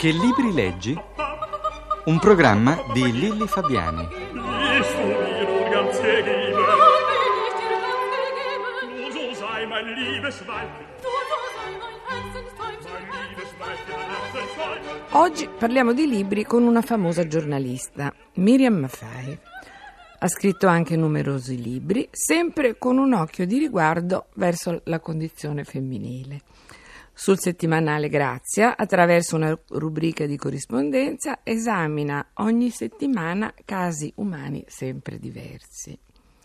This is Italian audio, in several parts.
Che libri leggi? Un programma di Lilli Fabiani. Oggi parliamo di libri con una famosa giornalista, Miriam Maffei. Ha scritto anche numerosi libri, sempre con un occhio di riguardo verso la condizione femminile. Sul settimanale Grazia, attraverso una rubrica di corrispondenza, esamina ogni settimana casi umani sempre diversi.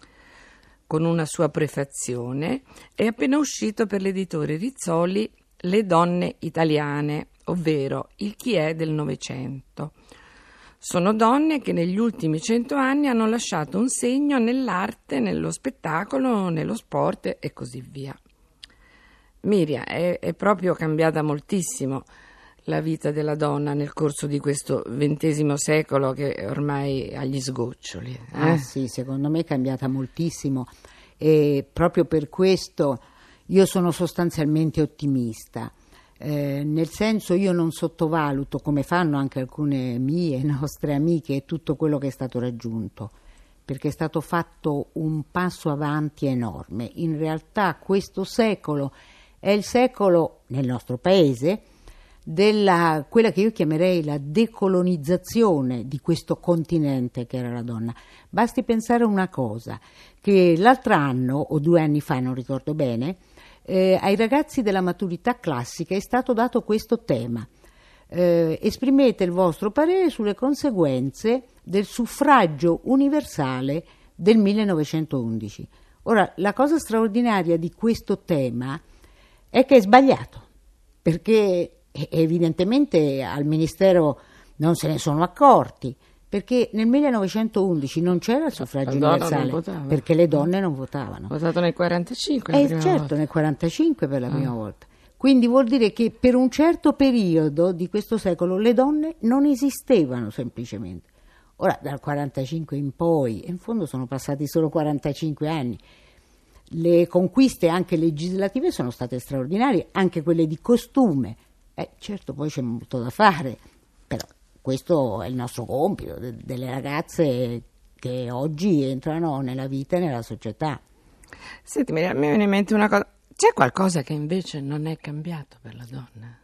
Con una sua prefazione è appena uscito per l'editore Rizzoli Le donne italiane, ovvero il chi è del Novecento. Sono donne che negli ultimi 100 anni hanno lasciato un segno nell'arte, nello spettacolo, nello sport e così via. Miriam, è proprio cambiata moltissimo la vita della donna nel corso di questo XX secolo che ormai è agli sgoccioli. Sì, secondo me è cambiata moltissimo e proprio per questo io sono sostanzialmente ottimista. Nel senso, io non sottovaluto, come fanno anche alcune nostre amiche, tutto quello che è stato raggiunto, perché è stato fatto un passo avanti enorme. In realtà questo secolo è il secolo, nel nostro paese, della quella che io chiamerei la decolonizzazione di questo continente che era la donna. Basti pensare una cosa, che l'altro anno o 2 anni fa, non ricordo bene, ai ragazzi della maturità classica è stato dato questo tema. Esprimete il vostro parere sulle conseguenze del suffragio universale del 1911. Ora, la cosa straordinaria di questo tema è che è sbagliato, perché evidentemente al Ministero non se ne sono accorti, perché nel 1911 non c'era il suffragio universale, perché le donne non votavano. Votato nel 45 volta. Nel 45 per la prima volta. Quindi vuol dire che per un certo periodo di questo secolo le donne non esistevano semplicemente. Ora, dal 45 in poi, in fondo sono passati solo 45 anni, le conquiste anche legislative sono state straordinarie, anche quelle di costume. Certo, poi c'è molto da fare, però questo è il nostro compito, delle ragazze che oggi entrano nella vita e nella società. Senti, mi viene in mente una cosa. C'è qualcosa che invece non è cambiato per la donna?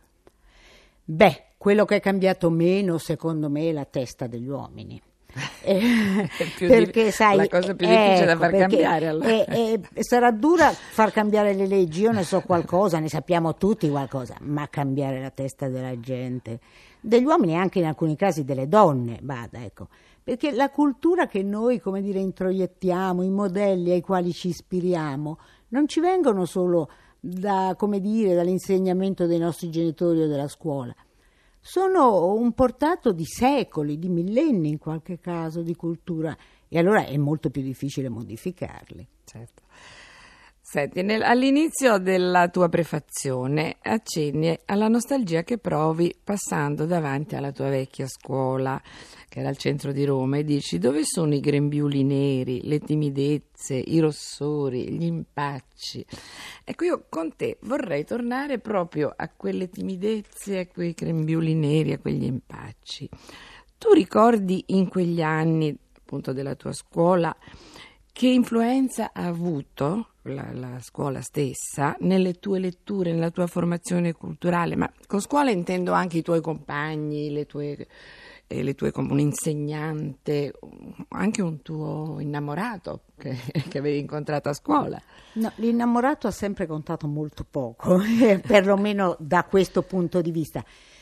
Quello che è cambiato meno, secondo me, è la testa degli uomini. Perché sai, la cosa più difficile da far cambiare allora. Sarà dura far cambiare le leggi, io ne so qualcosa, ne sappiamo tutti qualcosa, ma cambiare la testa della gente, degli uomini e anche in alcuni casi delle donne, perché la cultura che noi, introiettiamo, i modelli ai quali ci ispiriamo, non ci vengono solo dall'insegnamento dei nostri genitori o della scuola. Sono un portato di secoli, di millenni in qualche caso di cultura, e allora è molto più difficile modificarli. Certo. Senti, all'inizio della tua prefazione accenni alla nostalgia che provi passando davanti alla tua vecchia scuola, che era al centro di Roma, e dici: dove sono i grembiuli neri, le timidezze, i rossori, gli impacci? Ecco, io con te vorrei tornare proprio a quelle timidezze, a quei grembiuli neri, a quegli impacci. Tu ricordi in quegli anni, appunto, della tua scuola, che influenza ha avuto la scuola stessa nelle tue letture, nella tua formazione culturale? Ma con scuola intendo anche i tuoi compagni, un insegnante, anche un tuo innamorato che avevi incontrato a scuola. No, l'innamorato ha sempre contato molto poco, perlomeno da questo punto di vista.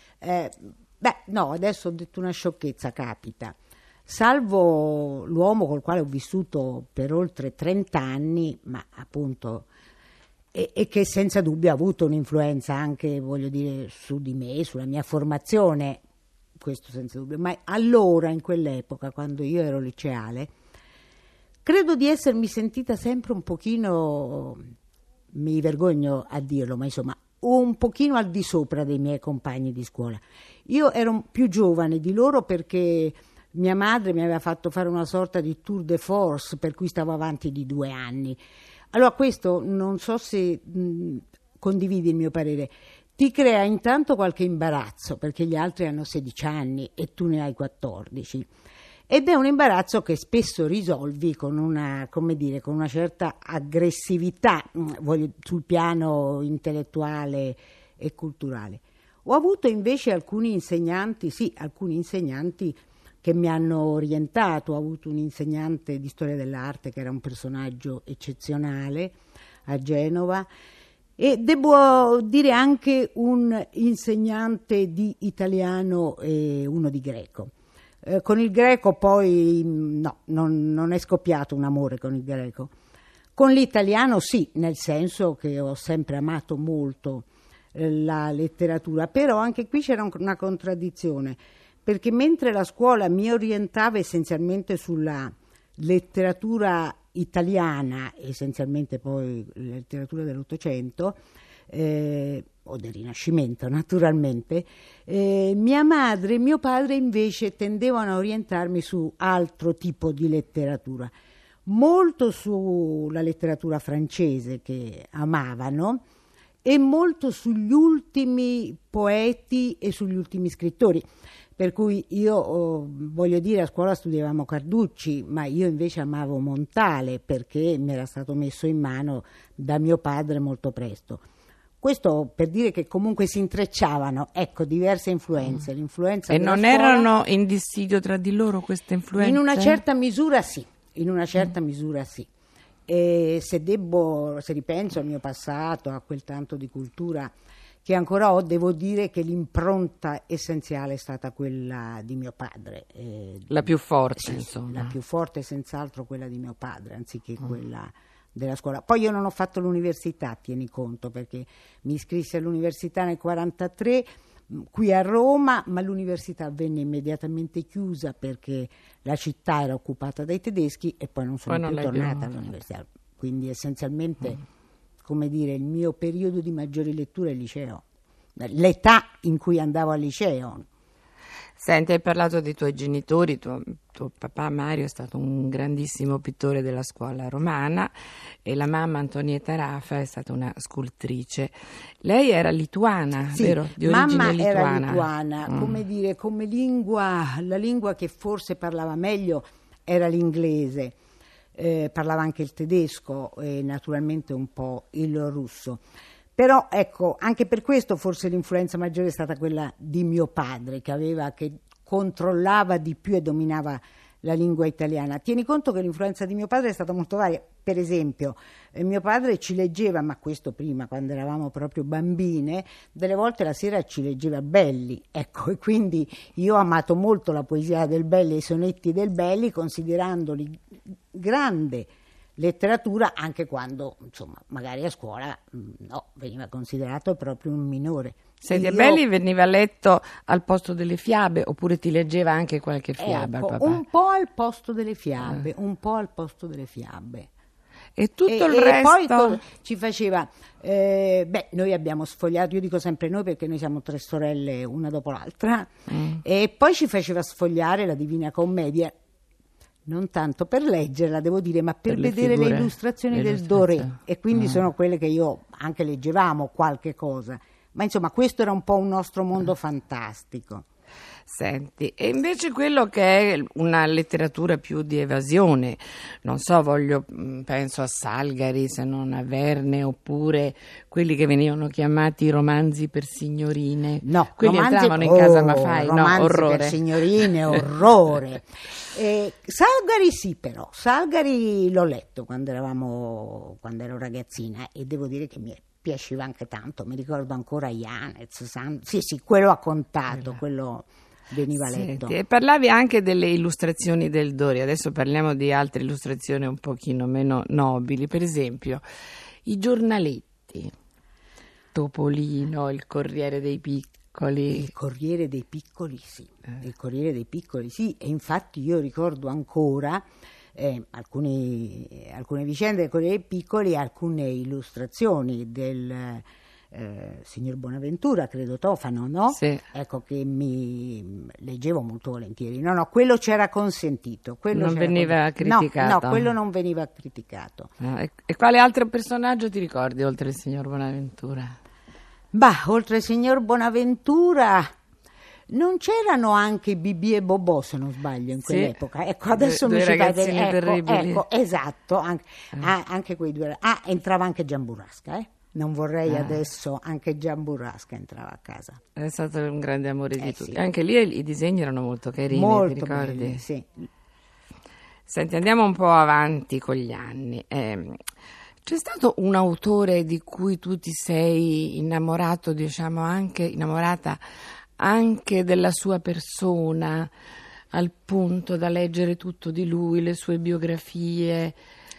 Adesso ho detto una sciocchezza, capita. Salvo l'uomo col quale ho vissuto per oltre 30 anni, ma appunto, e che senza dubbio ha avuto un'influenza anche, su di me, sulla mia formazione, questo senza dubbio. Ma allora, in quell'epoca, quando io ero liceale, credo di essermi sentita sempre un pochino, mi vergogno a dirlo, ma insomma, un pochino al di sopra dei miei compagni di scuola. Io ero più giovane di loro perché mia madre mi aveva fatto fare una sorta di tour de force, per cui stavo avanti di 2 anni. Allora questo, non so se condividi il mio parere, ti crea intanto qualche imbarazzo, perché gli altri hanno 16 anni e tu ne hai 14. Ed è un imbarazzo che spesso risolvi con una, come dire, con una certa aggressività sul piano intellettuale e culturale. Ho avuto invece alcuni insegnanti che mi hanno orientato. Ho avuto un insegnante di storia dell'arte che era un personaggio eccezionale a Genova, e devo dire anche un insegnante di italiano e uno di greco. Con il greco poi no, non è scoppiato un amore con il greco. Con l'italiano sì, nel senso che ho sempre amato molto la letteratura, però anche qui c'era una contraddizione, perché mentre la scuola mi orientava essenzialmente sulla letteratura italiana, essenzialmente poi la letteratura dell'Ottocento, o del Rinascimento naturalmente, mia madre e mio padre invece tendevano a orientarmi su altro tipo di letteratura, molto sulla letteratura francese che amavano e molto sugli ultimi poeti e sugli ultimi scrittori. Per cui io, voglio dire, a scuola studiavamo Carducci, ma io invece amavo Montale perché mi era stato messo in mano da mio padre molto presto. Questo per dire che comunque si intrecciavano, ecco, diverse influenze. L'influenza e della non scuola, erano in dissidio tra di loro queste influenze? in una certa misura sì, in una certa misura sì. E se ripenso al mio passato, a quel tanto di cultura che ancora ho, devo dire che l'impronta essenziale è stata quella di mio padre. La più forte, sì, insomma. La più forte senz'altro quella di mio padre, anziché quella della scuola. Poi io non ho fatto l'università, tieni conto, perché mi iscrissi all'università nel 1943, qui a Roma, ma l'università venne immediatamente chiusa perché la città era occupata dai tedeschi e poi non sono più tornata all'università. Quindi essenzialmente, come dire, il mio periodo di maggiori letture è il liceo, l'età in cui andavo al liceo. Senti, hai parlato dei tuoi genitori, tuo papà Mario è stato un grandissimo pittore della scuola romana e la mamma Antonietta Rafa è stata una scultrice. Lei era lituana, sì, vero? Di origine mamma lituana. era lituana, come dire, come lingua, la lingua che forse parlava meglio era l'inglese, parlava anche il tedesco e naturalmente un po' il russo. Però ecco, anche per questo forse l'influenza maggiore è stata quella di mio padre, che controllava di più e dominava la lingua italiana. Tieni conto che l'influenza di mio padre è stata molto varia. Per esempio, mio padre ci leggeva, ma questo prima, quando eravamo proprio bambine, delle volte la sera ci leggeva Belli, ecco, e quindi io ho amato molto la poesia del Belli e i sonetti del Belli, considerandoli grande letteratura, anche quando, insomma, magari a scuola no, veniva considerato proprio un minore. Senti, Belli veniva letto al posto delle fiabe oppure ti leggeva anche qualche fiaba? Ecco, papà? un po' al posto delle fiabe, un po' al posto delle fiabe. E tutto il e resto? poi ci faceva, noi abbiamo sfogliato, io dico sempre noi perché noi siamo 3 sorelle una dopo l'altra, e poi ci faceva sfogliare la Divina Commedia, non tanto per leggerla, devo dire, ma per vedere figure, le illustrazioni del Doré, e quindi sono quelle che io anche leggevamo qualche cosa, ma insomma questo era un po' un nostro mondo fantastico. Senti, e invece quello che è una letteratura più di evasione, non so, penso a Salgari, se non a Verne, oppure quelli che venivano chiamati romanzi per signorine. No, quelli entravano in casa Maffei, no, orrore. Per signorine, orrore. Salgari sì, però, Salgari l'ho letto quando ero ragazzina e devo dire che mi piaceva anche tanto, mi ricordo ancora Yanez, sì, quello ha contato, quello veniva letto. Senti, e parlavi anche delle illustrazioni del Dori, adesso parliamo di altre illustrazioni un pochino meno nobili, per esempio i giornaletti, Topolino, il Corriere dei Piccoli. Il Corriere dei Piccoli sì, il Corriere dei Piccoli sì, e infatti io ricordo ancora alcune vicende del Corriere dei Piccoli, alcune illustrazioni del signor Bonaventura, credo Tofano, no? Sì. Ecco, che mi leggevo molto volentieri. No, quello c'era consentito. Non veniva criticato. No, quello non veniva criticato. E quale altro personaggio ti ricordi oltre il signor Bonaventura? Bah, oltre signor Bonaventura non c'erano anche Bibì e Bobò, se non sbaglio, in quell'epoca. Ecco, adesso due mi ci fai ragazzini vedere. terribili. Ecco, esatto, anche quei due. Entrava anche Gian Burrasca, Non vorrei adesso, anche Gian Burrasca entrava a casa. È stato un grande amore di tutti. Sì. Anche lì i disegni erano molto carini, ti Molto ricordi? belli, sì. Senti, andiamo un po' avanti con gli anni. C'è stato un autore di cui tu ti sei innamorato, diciamo innamorata anche della sua persona, al punto da leggere tutto di lui, le sue biografie?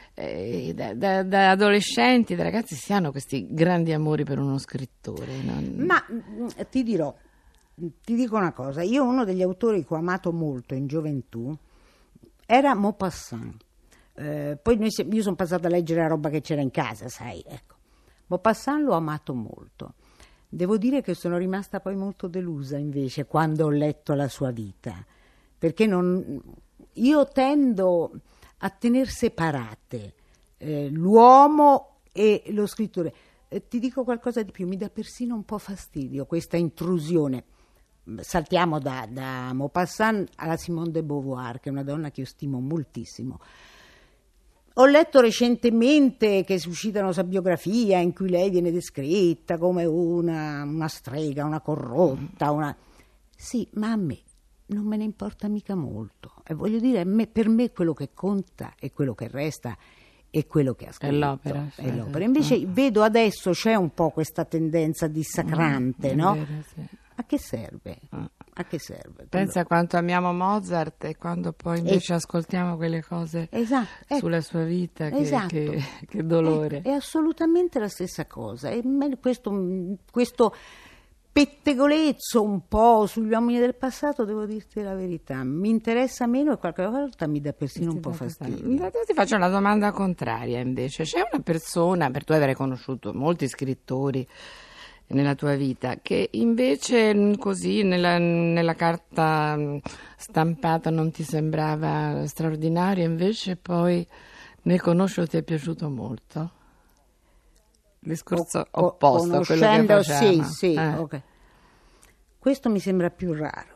Da adolescenti, da ragazzi si hanno questi grandi amori per uno scrittore, no? Ma ti dico una cosa, io uno degli autori che ho amato molto in gioventù era Maupassant. Poi io sono passata a leggere la roba che c'era in casa, sai, ecco. Maupassant l'ho amato molto. Devo dire che sono rimasta poi molto delusa invece quando ho letto la sua vita, perché io tendo a tener separate l'uomo e lo scrittore. Ti dico qualcosa di più, mi dà persino un po' fastidio questa intrusione. Saltiamo da Maupassant alla Simone de Beauvoir, che è una donna che io stimo moltissimo. Ho letto recentemente che suscita una sua biografia in cui lei viene descritta come una strega, una corrotta, Sì, ma a me non me ne importa mica molto. E voglio dire, per me quello che conta e quello che resta è quello che ha scritto. È l'opera. Invece vedo adesso c'è un po' questa tendenza dissacrante, no? Vero, sì. A che serve? A che serve? Pensa quanto amiamo Mozart e quando poi invece ascoltiamo quelle cose sulla sua vita, che dolore. È assolutamente la stessa cosa. E questo pettegolezzo un po' sugli uomini del passato, devo dirti la verità, mi interessa meno e qualche volta mi dà persino un po' fastidio. Ti faccio una domanda contraria invece. C'è una persona, per tu avere conosciuto molti scrittori nella tua vita, che invece così nella carta stampata non ti sembrava straordinaria, invece poi nel conoscerlo ti è piaciuto molto? Il discorso opposto a quello che facciamo. Sì, ok. Questo mi sembra più raro.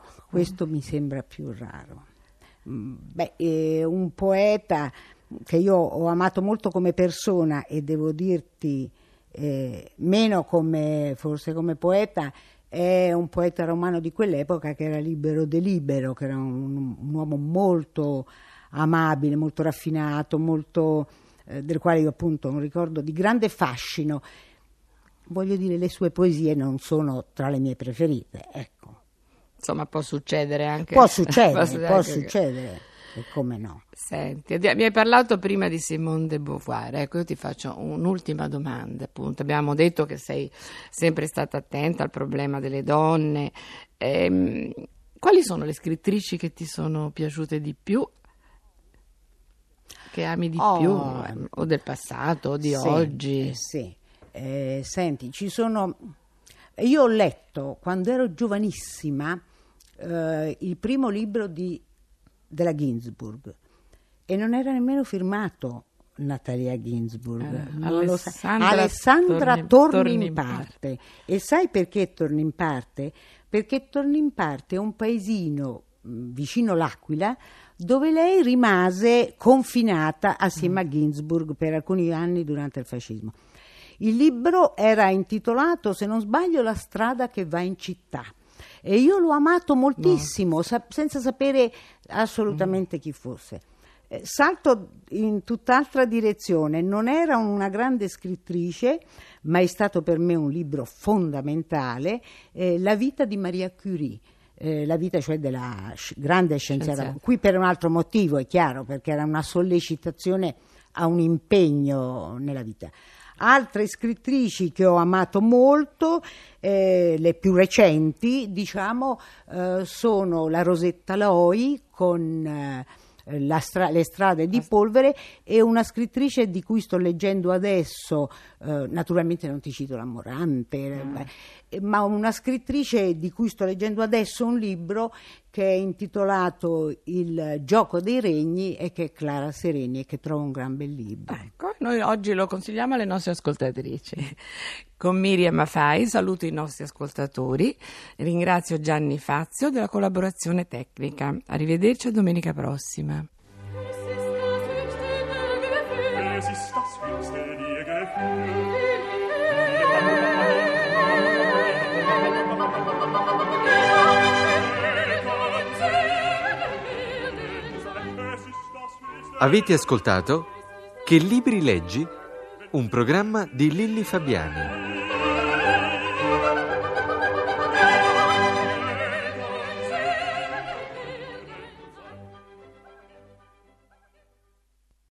Un poeta che io ho amato molto come persona e devo dirti meno forse come poeta, è un poeta romano di quell'epoca che era Libero De Libero, che era un uomo molto amabile, molto raffinato, molto del quale io appunto ho un ricordo di grande fascino. Voglio dire, le sue poesie non sono tra le mie preferite, ecco. Insomma, può succedere anche. Può succedere. E come no? Senti, mi hai parlato prima di Simone de Beauvoir, ecco, io ti faccio un'ultima domanda, appunto. Abbiamo detto che sei sempre stata attenta al problema delle donne. Quali sono le scrittrici che ti sono piaciute di più, che ami di più, o del passato o di oggi? Senti, io ho letto quando ero giovanissima il primo libro della Ginsburg e non era nemmeno firmato Natalia Ginsburg, Alessandra torni in parte. E sai perché torni in parte? Perché torni in parte è un paesino vicino l'Aquila dove lei rimase confinata assieme a Ginsburg per alcuni anni durante il fascismo. Il libro era intitolato, se non sbaglio, La strada che va in città. E io l'ho amato moltissimo, senza sapere assolutamente chi fosse. Salto in tutt'altra direzione, non era una grande scrittrice, ma è stato per me un libro fondamentale, La vita di Maria Curie. La vita cioè della grande scienziata, qui per un altro motivo, è chiaro, perché era una sollecitazione a un impegno nella vita. Altre scrittrici che ho amato molto, le più recenti, diciamo, sono la Rosetta Loi con Le strade di polvere, e una scrittrice di cui sto leggendo adesso, naturalmente non ti cito la Morante, ma una scrittrice di cui sto leggendo adesso un libro che è intitolato Il gioco dei regni, e che è Clara Sereni, e che trovo un gran bel libro. Ecco, noi oggi lo consigliamo alle nostre ascoltatrici. Con Miriam Maffei saluto i nostri ascoltatori, ringrazio Gianni Fazio della collaborazione tecnica. Arrivederci a domenica prossima. Avete ascoltato Che libri leggi? Un programma di Lilli Fabiani.